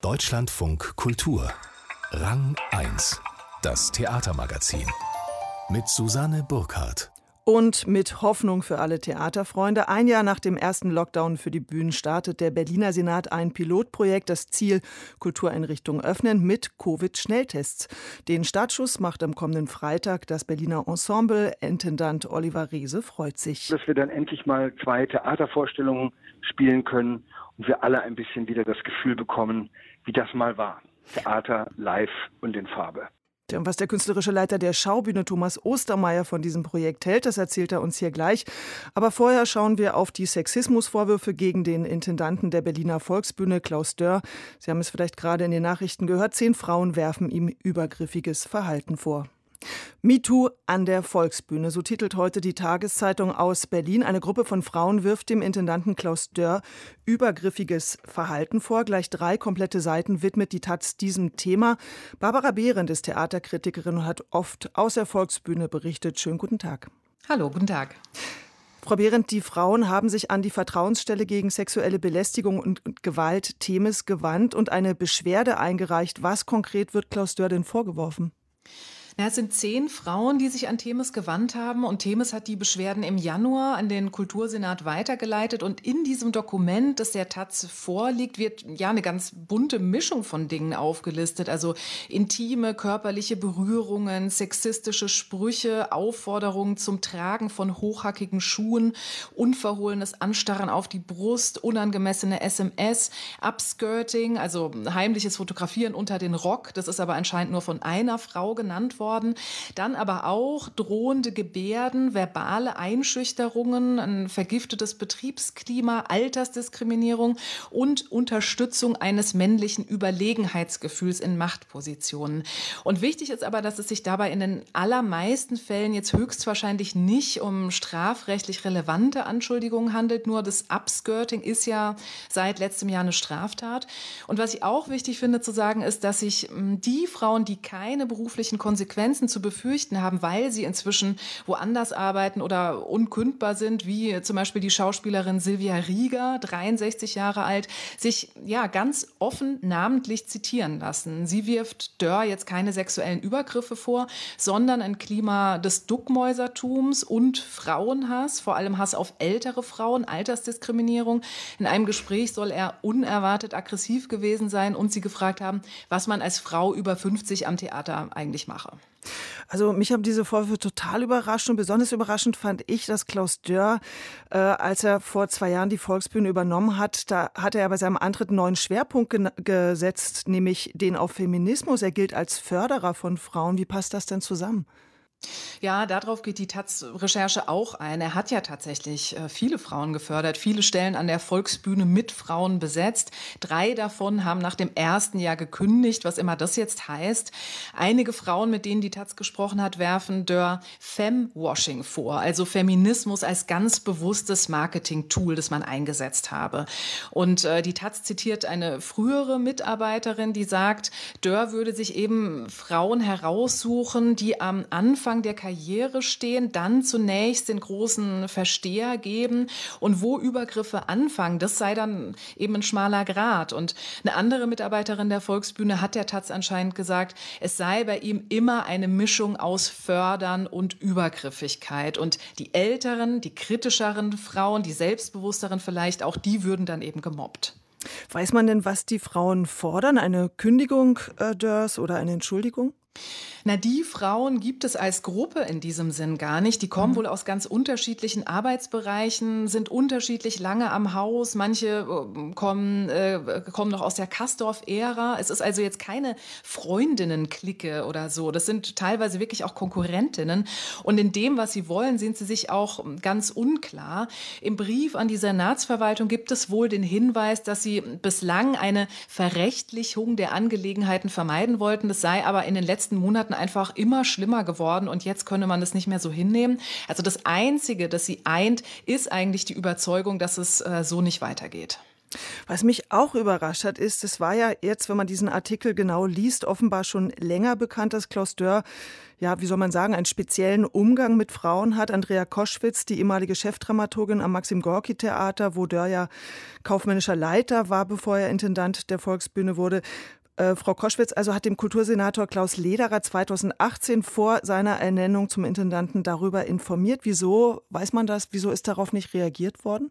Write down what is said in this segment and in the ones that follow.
Deutschlandfunk Kultur. Rang 1. Das Theatermagazin. Mit Susanne Burkhardt. Und mit Hoffnung für alle Theaterfreunde. Ein Jahr nach dem ersten Lockdown für die Bühnen startet der Berliner Senat ein Pilotprojekt, das Ziel Kultureinrichtungen öffnen mit Covid-Schnelltests. Den Startschuss macht am kommenden Freitag das Berliner Ensemble. Intendant Oliver Reese freut sich. Dass wir dann endlich mal 2 Theatervorstellungen spielen können und wir alle ein bisschen wieder das Gefühl bekommen, wie das mal war. Theater live und in Farbe. Und was der künstlerische Leiter der Schaubühne Thomas Ostermeier von diesem Projekt hält, das erzählt er uns hier gleich. Aber vorher schauen wir auf die Sexismusvorwürfe gegen den Intendanten der Berliner Volksbühne, Klaus Dörr. Sie haben es vielleicht gerade in den Nachrichten gehört, 10 Frauen werfen ihm übergriffiges Verhalten vor. MeToo an der Volksbühne, so titelt heute die Tageszeitung aus Berlin. Eine Gruppe von Frauen wirft dem Intendanten Klaus Dörr übergriffiges Verhalten vor. Gleich 3 komplette Seiten widmet die taz diesem Thema. Barbara Behrendt ist Theaterkritikerin und hat oft aus der Volksbühne berichtet. Schönen guten Tag. Hallo, guten Tag. Frau Behrendt, die Frauen haben sich an die Vertrauensstelle gegen sexuelle Belästigung und Gewalt Themis gewandt und eine Beschwerde eingereicht. Was konkret wird Klaus Dörr denn vorgeworfen? Es sind 10 Frauen, die sich an Themis gewandt haben, und Themis hat die Beschwerden im Januar an den Kultursenat weitergeleitet, und in diesem Dokument, das der taz vorliegt, wird ja eine ganz bunte Mischung von Dingen aufgelistet, also intime, körperliche Berührungen, sexistische Sprüche, Aufforderungen zum Tragen von hochhackigen Schuhen, unverhohlenes Anstarren auf die Brust, unangemessene SMS, Upskirting, also heimliches Fotografieren unter den Rock, das ist aber anscheinend nur von einer Frau genannt worden. Dann aber auch drohende Gebärden, verbale Einschüchterungen, ein vergiftetes Betriebsklima, Altersdiskriminierung und Unterstützung eines männlichen Überlegenheitsgefühls in Machtpositionen. Und wichtig ist aber, dass es sich dabei in den allermeisten Fällen jetzt höchstwahrscheinlich nicht um strafrechtlich relevante Anschuldigungen handelt. Nur das Upskirting ist ja seit letztem Jahr eine Straftat. Und was ich auch wichtig finde zu sagen, ist, dass sich die Frauen, die keine beruflichen Konsequenzen zu befürchten haben, weil sie inzwischen woanders arbeiten oder unkündbar sind, wie zum Beispiel die Schauspielerin Silvia Rieger, 63 Jahre alt, sich ja ganz offen namentlich zitieren lassen. Sie wirft Dörr jetzt keine sexuellen Übergriffe vor, sondern ein Klima des Duckmäusertums und Frauenhass, vor allem Hass auf ältere Frauen, Altersdiskriminierung. In einem Gespräch soll er unerwartet aggressiv gewesen sein und sie gefragt haben, was man als Frau über 50 am Theater eigentlich mache. Also mich haben diese Vorwürfe total überrascht, und besonders überraschend fand ich, dass Klaus Dörr, als er vor 2 Jahren die Volksbühne übernommen hat, da hat er bei seinem Antritt einen neuen Schwerpunkt gesetzt, nämlich den auf Feminismus. Er gilt als Förderer von Frauen. Wie passt das denn zusammen? Ja, darauf geht die taz-Recherche auch ein. Er hat ja tatsächlich viele Frauen gefördert, viele Stellen an der Volksbühne mit Frauen besetzt. 3 davon haben nach dem ersten Jahr gekündigt, was immer das jetzt heißt. Einige Frauen, mit denen die taz gesprochen hat, werfen Dörr Femwashing vor, also Feminismus als ganz bewusstes Marketing-Tool, das man eingesetzt habe. Und die taz zitiert eine frühere Mitarbeiterin, die sagt, Dörr würde sich eben Frauen heraussuchen, die am Anfang der Karriere stehen, dann zunächst den großen Versteher geben, und wo Übergriffe anfangen, das sei dann eben ein schmaler Grat. Und eine andere Mitarbeiterin der Volksbühne hat der taz anscheinend gesagt, es sei bei ihm immer eine Mischung aus Fördern und Übergriffigkeit. Und die älteren, die kritischeren Frauen, die selbstbewussteren vielleicht, auch die würden dann eben gemobbt. Weiß man denn, was die Frauen fordern? Eine Kündigung Dörrs oder eine Entschuldigung? Na, die Frauen gibt es als Gruppe in diesem Sinn gar nicht. Die kommen wohl aus ganz unterschiedlichen Arbeitsbereichen, sind unterschiedlich lange am Haus. Manche kommen noch aus der Kastorf-Ära. Es ist also jetzt keine Freundinnen-Clique oder so. Das sind teilweise wirklich auch Konkurrentinnen. Und in dem, was sie wollen, sind sie sich auch ganz unklar. Im Brief an die Senatsverwaltung gibt es wohl den Hinweis, dass sie bislang eine Verrechtlichung der Angelegenheiten vermeiden wollten. Das sei aber in den letzten Monaten einfach immer schlimmer geworden, und jetzt könne man das nicht mehr so hinnehmen. Also das Einzige, das sie eint, ist eigentlich die Überzeugung, dass es so nicht weitergeht. Was mich auch überrascht hat, ist, es war ja jetzt, wenn man diesen Artikel genau liest, offenbar schon länger bekannt, dass Klaus Dörr, ja, wie soll man sagen, einen speziellen Umgang mit Frauen hat. Andrea Koschwitz, die ehemalige Chefdramaturgin am Maxim-Gorki-Theater, wo Dörr ja kaufmännischer Leiter war, bevor er Intendant der Volksbühne wurde. Frau Koschwitz also hat dem Kultursenator Klaus Lederer 2018 vor seiner Ernennung zum Intendanten darüber informiert. Wieso, weiß man das, wieso ist darauf nicht reagiert worden?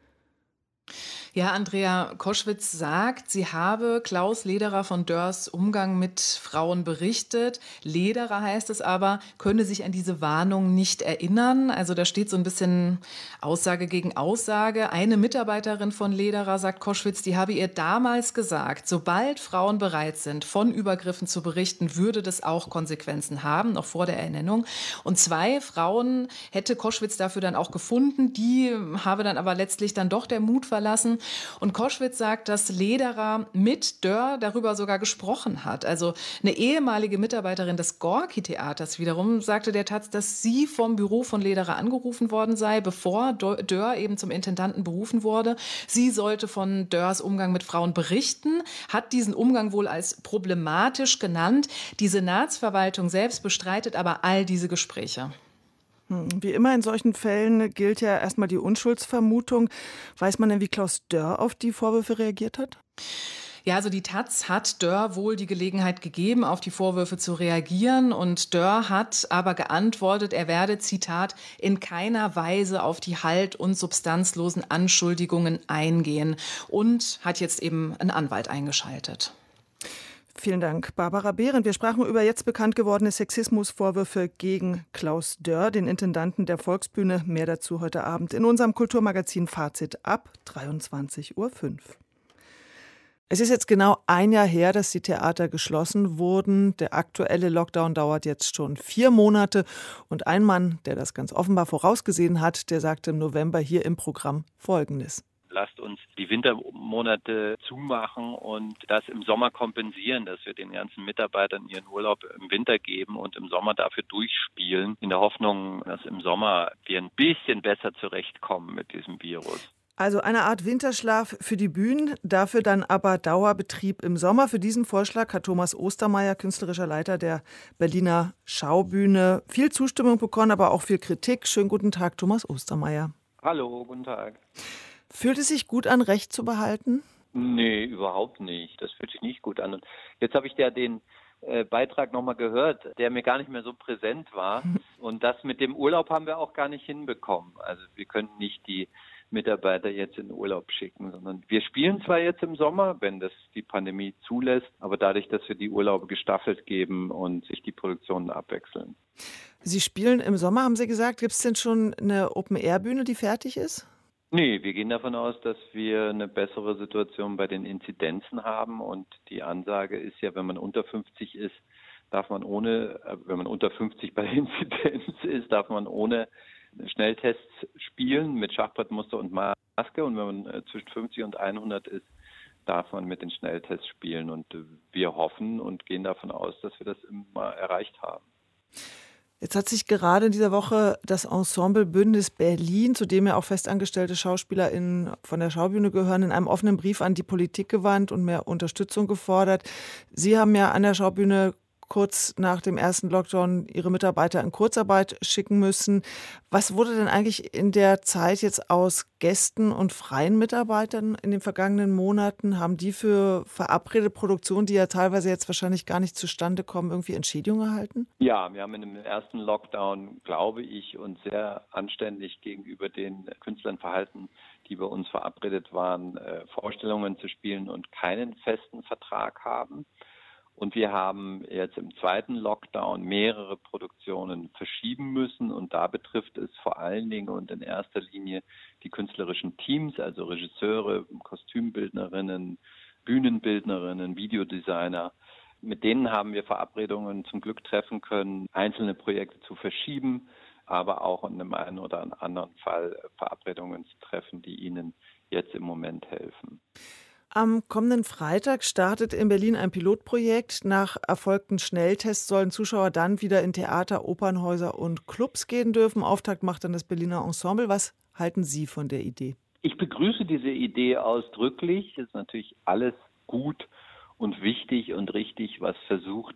Ja, Andrea Koschwitz sagt, sie habe Klaus Lederer von Dörrs Umgang mit Frauen berichtet. Lederer, heißt es aber, könne sich an diese Warnung nicht erinnern. Also da steht so ein bisschen Aussage gegen Aussage. Eine Mitarbeiterin von Lederer, sagt Koschwitz, die habe ihr damals gesagt, sobald Frauen bereit sind, von Übergriffen zu berichten, würde das auch Konsequenzen haben, noch vor der Ernennung. Und 2 Frauen hätte Koschwitz dafür dann auch gefunden. Die habe dann aber letztlich dann doch der Mut verlassen. Und Koschwitz sagt, dass Lederer mit Dörr darüber sogar gesprochen hat. Also eine ehemalige Mitarbeiterin des Gorki-Theaters wiederum sagte der Taz, dass sie vom Büro von Lederer angerufen worden sei, bevor Dörr eben zum Intendanten berufen wurde. Sie sollte von Dörrs Umgang mit Frauen berichten, hat diesen Umgang wohl als problematisch genannt. Die Senatsverwaltung selbst bestreitet aber all diese Gespräche. Wie immer in solchen Fällen gilt ja erstmal die Unschuldsvermutung. Weiß man denn, wie Klaus Dörr auf die Vorwürfe reagiert hat? Ja, also die Taz hat Dörr wohl die Gelegenheit gegeben, auf die Vorwürfe zu reagieren. Und Dörr hat aber geantwortet, er werde, Zitat, in keiner Weise auf die halt- und substanzlosen Anschuldigungen eingehen. Und hat jetzt eben einen Anwalt eingeschaltet. Vielen Dank, Barbara Behrendt. Wir sprachen über jetzt bekannt gewordene Sexismusvorwürfe gegen Klaus Dörr, den Intendanten der Volksbühne. Mehr dazu heute Abend in unserem Kulturmagazin Fazit ab 23:05 Uhr. Es ist jetzt genau ein Jahr her, dass die Theater geschlossen wurden. Der aktuelle Lockdown dauert jetzt schon 4 Monate. Und ein Mann, der das ganz offenbar vorausgesehen hat, der sagte im November hier im Programm Folgendes. Lasst uns die Wintermonate zumachen und das im Sommer kompensieren, dass wir den ganzen Mitarbeitern ihren Urlaub im Winter geben und im Sommer dafür durchspielen, in der Hoffnung, dass im Sommer wir ein bisschen besser zurechtkommen mit diesem Virus. Also eine Art Winterschlaf für die Bühnen, dafür dann aber Dauerbetrieb im Sommer. Für diesen Vorschlag hat Thomas Ostermeier, künstlerischer Leiter der Berliner Schaubühne, viel Zustimmung bekommen, aber auch viel Kritik. Schönen guten Tag, Thomas Ostermeier. Hallo, guten Tag. Fühlt es sich gut an, Recht zu behalten? Nee, überhaupt nicht. Das fühlt sich nicht gut an. Und jetzt habe ich ja den Beitrag nochmal gehört, der mir gar nicht mehr so präsent war. Und das mit dem Urlaub haben wir auch gar nicht hinbekommen. Also wir können nicht die Mitarbeiter jetzt in Urlaub schicken, sondern wir spielen zwar jetzt im Sommer, wenn das die Pandemie zulässt, aber dadurch, dass wir die Urlaube gestaffelt geben und sich die Produktionen abwechseln. Sie spielen im Sommer, haben Sie gesagt. Gibt es denn schon eine Open-Air-Bühne, die fertig ist? Nee, wir gehen davon aus, dass wir eine bessere Situation bei den Inzidenzen haben und die Ansage ist ja, wenn man unter 50 ist, wenn man unter 50 bei der Inzidenz ist, darf man ohne Schnelltests spielen mit Schachbrettmuster und Maske und wenn man zwischen 50 und 100 ist, darf man mit den Schnelltests spielen und wir hoffen und gehen davon aus, dass wir das immer erreicht haben. Jetzt hat sich gerade in dieser Woche das Ensemble Bündnis Berlin, zu dem ja auch festangestellte SchauspielerInnen von der Schaubühne gehören, in einem offenen Brief an die Politik gewandt und mehr Unterstützung gefordert. Sie haben ja an der Schaubühne kurz nach dem ersten Lockdown Ihre Mitarbeiter in Kurzarbeit schicken müssen. Was wurde denn eigentlich in der Zeit jetzt aus Gästen und freien Mitarbeitern in den vergangenen Monaten? Haben die für verabredete Produktionen, die ja teilweise jetzt wahrscheinlich gar nicht zustande kommen, irgendwie Entschädigung erhalten? Ja, wir haben in dem ersten Lockdown, glaube ich, uns sehr anständig gegenüber den Künstlern verhalten, die bei uns verabredet waren, Vorstellungen zu spielen und keinen festen Vertrag haben. Und wir haben jetzt im zweiten Lockdown mehrere Produktionen verschieben müssen. Und da betrifft es vor allen Dingen und in erster Linie die künstlerischen Teams, also Regisseure, Kostümbildnerinnen, Bühnenbildnerinnen, Videodesigner. Mit denen haben wir Verabredungen zum Glück treffen können, einzelne Projekte zu verschieben, aber auch in einem einen oder anderen Fall Verabredungen zu treffen, die ihnen jetzt im Moment helfen. Am kommenden Freitag startet in Berlin ein Pilotprojekt. Nach erfolgten Schnelltests sollen Zuschauer dann wieder in Theater, Opernhäuser und Clubs gehen dürfen. Auftakt macht dann das Berliner Ensemble. Was halten Sie von der Idee? Ich begrüße diese Idee ausdrücklich. Es ist natürlich alles gut und wichtig und richtig, was versucht,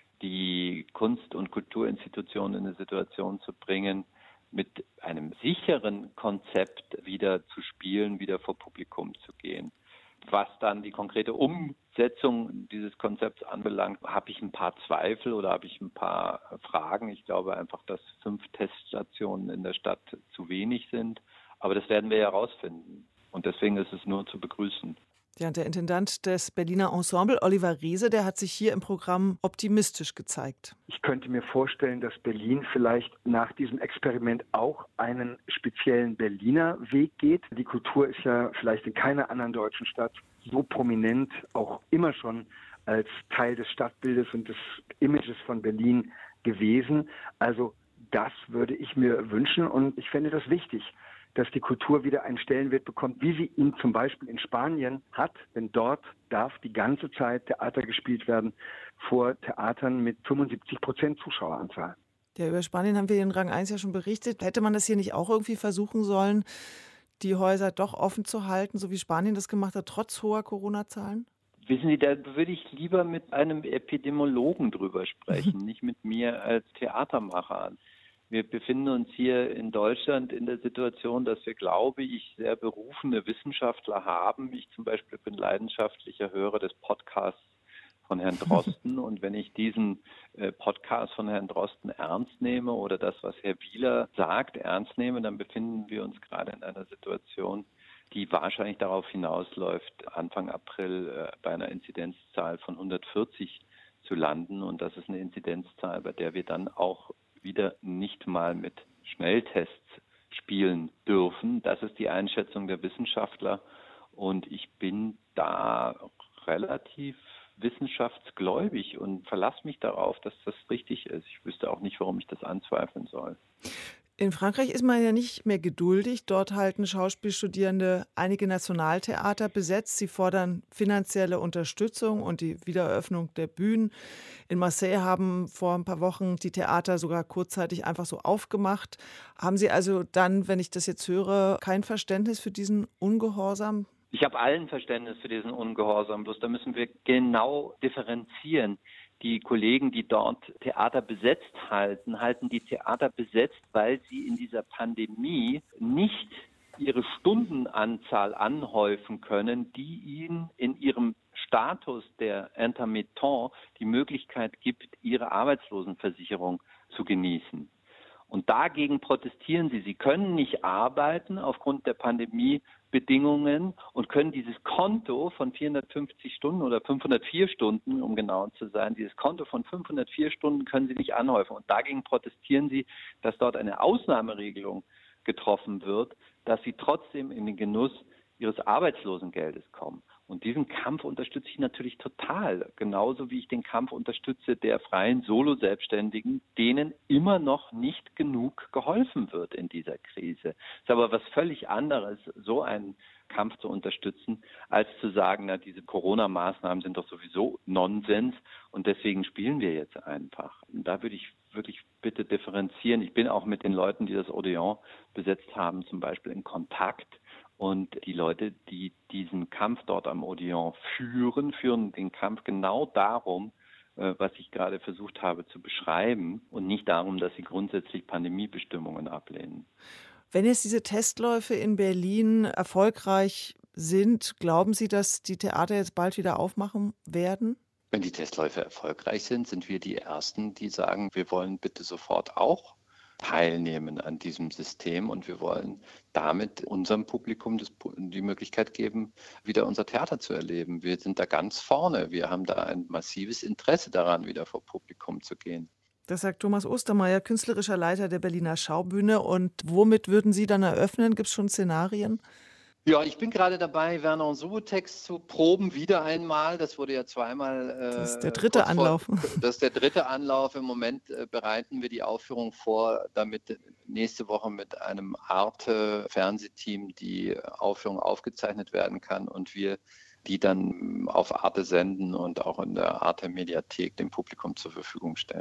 die Kunst- und Kulturinstitutionen in eine Situation zu bringen, mit einem sicheren Konzept wieder zu spielen, wieder vor Publikum zu gehen. Was dann die konkrete Umsetzung dieses Konzepts anbelangt, habe ich ein paar Zweifel oder habe ich ein paar Fragen. Ich glaube einfach, dass 5 Teststationen in der Stadt zu wenig sind. Aber das werden wir ja herausfinden. Und deswegen ist es nur zu begrüßen. Ja, der Intendant des Berliner Ensemble, Oliver Reese, der hat sich hier im Programm optimistisch gezeigt. Ich könnte mir vorstellen, dass Berlin vielleicht nach diesem Experiment auch einen speziellen Berliner Weg geht. Die Kultur ist ja vielleicht in keiner anderen deutschen Stadt so prominent, auch immer schon als Teil des Stadtbildes und des Images von Berlin gewesen. Also das würde ich mir wünschen und ich fände das wichtig, dass die Kultur wieder einen Stellenwert bekommt, wie sie ihn zum Beispiel in Spanien hat. Denn dort darf die ganze Zeit Theater gespielt werden vor Theatern mit 75% Zuschaueranzahl. Ja, über Spanien haben wir in Rang 1 ja schon berichtet. Hätte man das hier nicht auch irgendwie versuchen sollen, die Häuser doch offen zu halten, so wie Spanien das gemacht hat, trotz hoher Corona-Zahlen? Wissen Sie, da würde ich lieber mit einem Epidemiologen drüber sprechen, nicht mit mir als Theatermacher. Wir befinden uns hier in Deutschland in der Situation, dass wir, glaube ich, sehr berufene Wissenschaftler haben. Ich zum Beispiel bin leidenschaftlicher Hörer des Podcasts von Herrn Drosten. Und wenn ich diesen Podcast von Herrn Drosten ernst nehme oder das, was Herr Wieler sagt, ernst nehme, dann befinden wir uns gerade in einer Situation, die wahrscheinlich darauf hinausläuft, Anfang April bei einer Inzidenzzahl von 140 zu landen. Und das ist eine Inzidenzzahl, bei der wir dann auch wieder nicht mal mit Schnelltests spielen dürfen. Das ist die Einschätzung der Wissenschaftler und ich bin da relativ wissenschaftsgläubig und verlasse mich darauf, dass das richtig ist. Ich wüsste auch nicht, warum ich das anzweifeln soll. In Frankreich ist man ja nicht mehr geduldig. Dort halten Schauspielstudierende einige Nationaltheater besetzt. Sie fordern finanzielle Unterstützung und die Wiedereröffnung der Bühnen. In Marseille haben vor ein paar Wochen die Theater sogar kurzzeitig einfach so aufgemacht. Haben Sie also dann, wenn ich das jetzt höre, kein Verständnis für diesen Ungehorsam? Ich habe allen Verständnis für diesen Ungehorsam, bloß da müssen wir genau differenzieren. Die Kollegen, die dort Theater besetzt halten die Theater besetzt, weil sie in dieser Pandemie nicht ihre Stundenanzahl anhäufen können, die ihnen in ihrem Status der Intermittent die Möglichkeit gibt, ihre Arbeitslosenversicherung zu genießen. Und dagegen protestieren sie. Sie können nicht arbeiten aufgrund der Pandemiebedingungen und können dieses Konto von 450 Stunden oder 504 Stunden, um genau zu sein, dieses Konto von 504 Stunden können sie nicht anhäufen. Und dagegen protestieren sie, dass dort eine Ausnahmeregelung getroffen wird, dass sie trotzdem in den Genuss ihres Arbeitslosengeldes kommen. Und diesen Kampf unterstütze ich natürlich total, genauso wie ich den Kampf unterstütze der freien Solo-Selbstständigen, denen immer noch nicht genug geholfen wird in dieser Krise. Es ist aber was völlig anderes, so einen Kampf zu unterstützen, als zu sagen, na, diese Corona-Maßnahmen sind doch sowieso Nonsens und deswegen spielen wir jetzt einfach. Und da würde ich wirklich bitte differenzieren. Ich bin auch mit den Leuten, die das Odeon besetzt haben, zum Beispiel in Kontakt. Und die Leute, die diesen Kampf dort am Odeon führen den Kampf genau darum, was ich gerade versucht habe zu beschreiben und nicht darum, dass sie grundsätzlich Pandemiebestimmungen ablehnen. Wenn jetzt diese Testläufe in Berlin erfolgreich sind, glauben Sie, dass die Theater jetzt bald wieder aufmachen werden? Wenn die Testläufe erfolgreich sind, sind wir die Ersten, die sagen, wir wollen bitte sofort auch teilnehmen an diesem System und wir wollen damit unserem Publikum die Möglichkeit geben, wieder unser Theater zu erleben. Wir sind da ganz vorne. Wir haben da ein massives Interesse daran, wieder vor Publikum zu gehen. Das sagt Thomas Ostermeier, künstlerischer Leiter der Berliner Schaubühne. Und womit würden Sie dann eröffnen? Gibt es schon Szenarien? Ja, ich bin gerade dabei, Werner Subutex zu proben, wieder einmal. Das wurde ja zweimal. Das ist der dritte Anlauf. Das ist der dritte Anlauf. Im Moment bereiten wir die Aufführung vor, damit nächste Woche mit einem Arte-Fernsehteam die Aufführung aufgezeichnet werden kann und wir die dann auf Arte senden und auch in der Arte-Mediathek dem Publikum zur Verfügung stellen.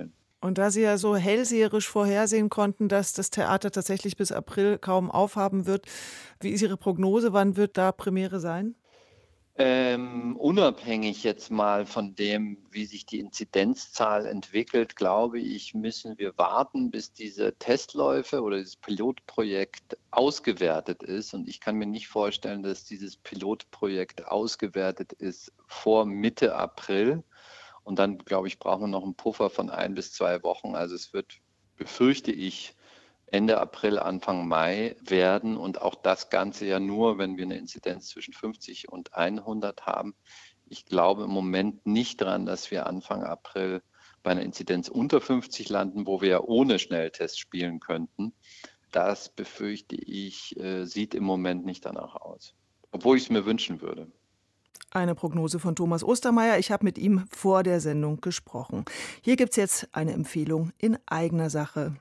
Und da Sie ja so hellseherisch vorhersehen konnten, dass das Theater tatsächlich bis April kaum aufhaben wird, wie ist Ihre Prognose? Wann wird da Premiere sein? Unabhängig jetzt mal von dem, wie sich die Inzidenzzahl entwickelt, glaube ich, müssen wir warten, bis diese Testläufe oder dieses Pilotprojekt ausgewertet ist. Und ich kann mir nicht vorstellen, dass dieses Pilotprojekt ausgewertet ist vor Mitte April. Und dann, glaube ich, brauchen wir noch einen Puffer von 1 bis 2 Wochen. Also es wird, befürchte ich, Ende April, Anfang Mai werden und auch das Ganze ja nur, wenn wir eine Inzidenz zwischen 50 und 100 haben. Ich glaube im Moment nicht dran, dass wir Anfang April bei einer Inzidenz unter 50 landen, wo wir ja ohne Schnelltest spielen könnten. Das befürchte ich, sieht im Moment nicht danach aus, obwohl ich es mir wünschen würde. Eine Prognose von Thomas Ostermeier. Ich habe mit ihm vor der Sendung gesprochen. Hier gibt es jetzt eine Empfehlung in eigener Sache.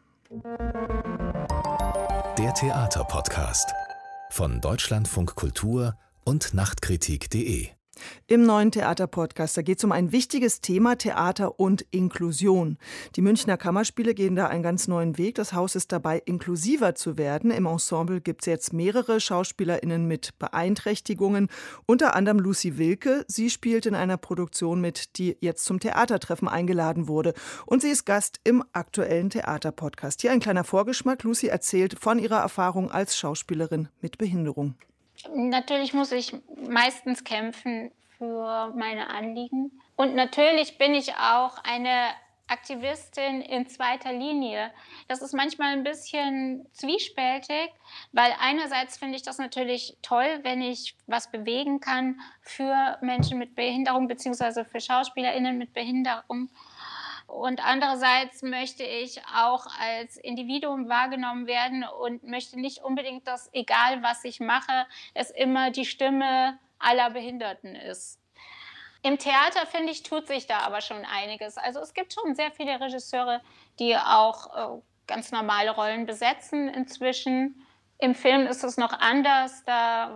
Der Theaterpodcast von Deutschlandfunk Kultur und Nachtkritik.de. Im neuen Theaterpodcast, da geht es um ein wichtiges Thema, Theater und Inklusion. Die Münchner Kammerspiele gehen da einen ganz neuen Weg. Das Haus ist dabei, inklusiver zu werden. Im Ensemble gibt es jetzt mehrere SchauspielerInnen mit Beeinträchtigungen, unter anderem Lucy Wilke. Sie spielt in einer Produktion mit, die jetzt zum Theatertreffen eingeladen wurde. Und sie ist Gast im aktuellen Theaterpodcast. Hier ein kleiner Vorgeschmack. Lucy erzählt von ihrer Erfahrung als Schauspielerin mit Behinderung. Natürlich muss ich meistens kämpfen für meine Anliegen. Und natürlich bin ich auch eine Aktivistin in zweiter Linie. Das ist manchmal ein bisschen zwiespältig, weil einerseits finde ich das natürlich toll, wenn ich was bewegen kann für Menschen mit Behinderung beziehungsweise für SchauspielerInnen mit Behinderung. Und andererseits möchte ich auch als Individuum wahrgenommen werden und möchte nicht unbedingt, dass, egal was ich mache, es immer die Stimme aller Behinderten ist. Im Theater, finde ich, tut sich da aber schon einiges. Also es gibt schon sehr viele Regisseure, die auch ganz normale Rollen besetzen inzwischen. Im Film ist es noch anders. Da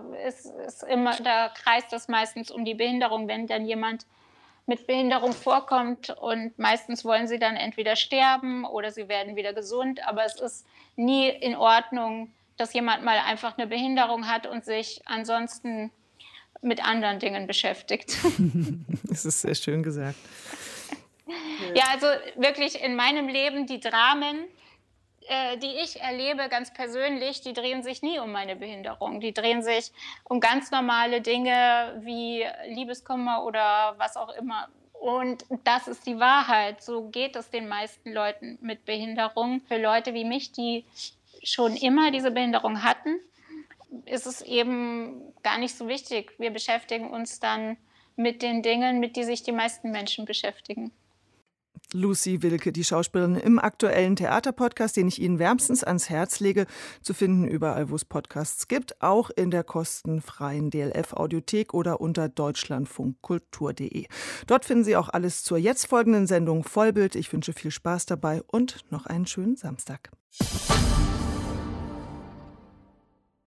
kreist es meistens um die Behinderung, wenn dann jemand mit Behinderung vorkommt, und meistens wollen sie dann entweder sterben oder sie werden wieder gesund, aber es ist nie in Ordnung, dass jemand mal einfach eine Behinderung hat und sich ansonsten mit anderen Dingen beschäftigt. Das ist sehr schön gesagt. Ja, also wirklich in meinem Leben die Dramen, die ich erlebe, ganz persönlich, die drehen sich nie um meine Behinderung. Die drehen sich um ganz normale Dinge wie Liebeskummer oder was auch immer. Und das ist die Wahrheit. So geht es den meisten Leuten mit Behinderung. Für Leute wie mich, die schon immer diese Behinderung hatten, ist es eben gar nicht so wichtig. Wir beschäftigen uns dann mit den Dingen, mit denen sich die meisten Menschen beschäftigen. Lucy Wilke, die Schauspielerin im aktuellen Theaterpodcast, den ich Ihnen wärmstens ans Herz lege, zu finden überall, wo es Podcasts gibt, auch in der kostenfreien DLF-Audiothek oder unter deutschlandfunkkultur.de. Dort finden Sie auch alles zur jetzt folgenden Sendung Vollbild. Ich wünsche viel Spaß dabei und noch einen schönen Samstag.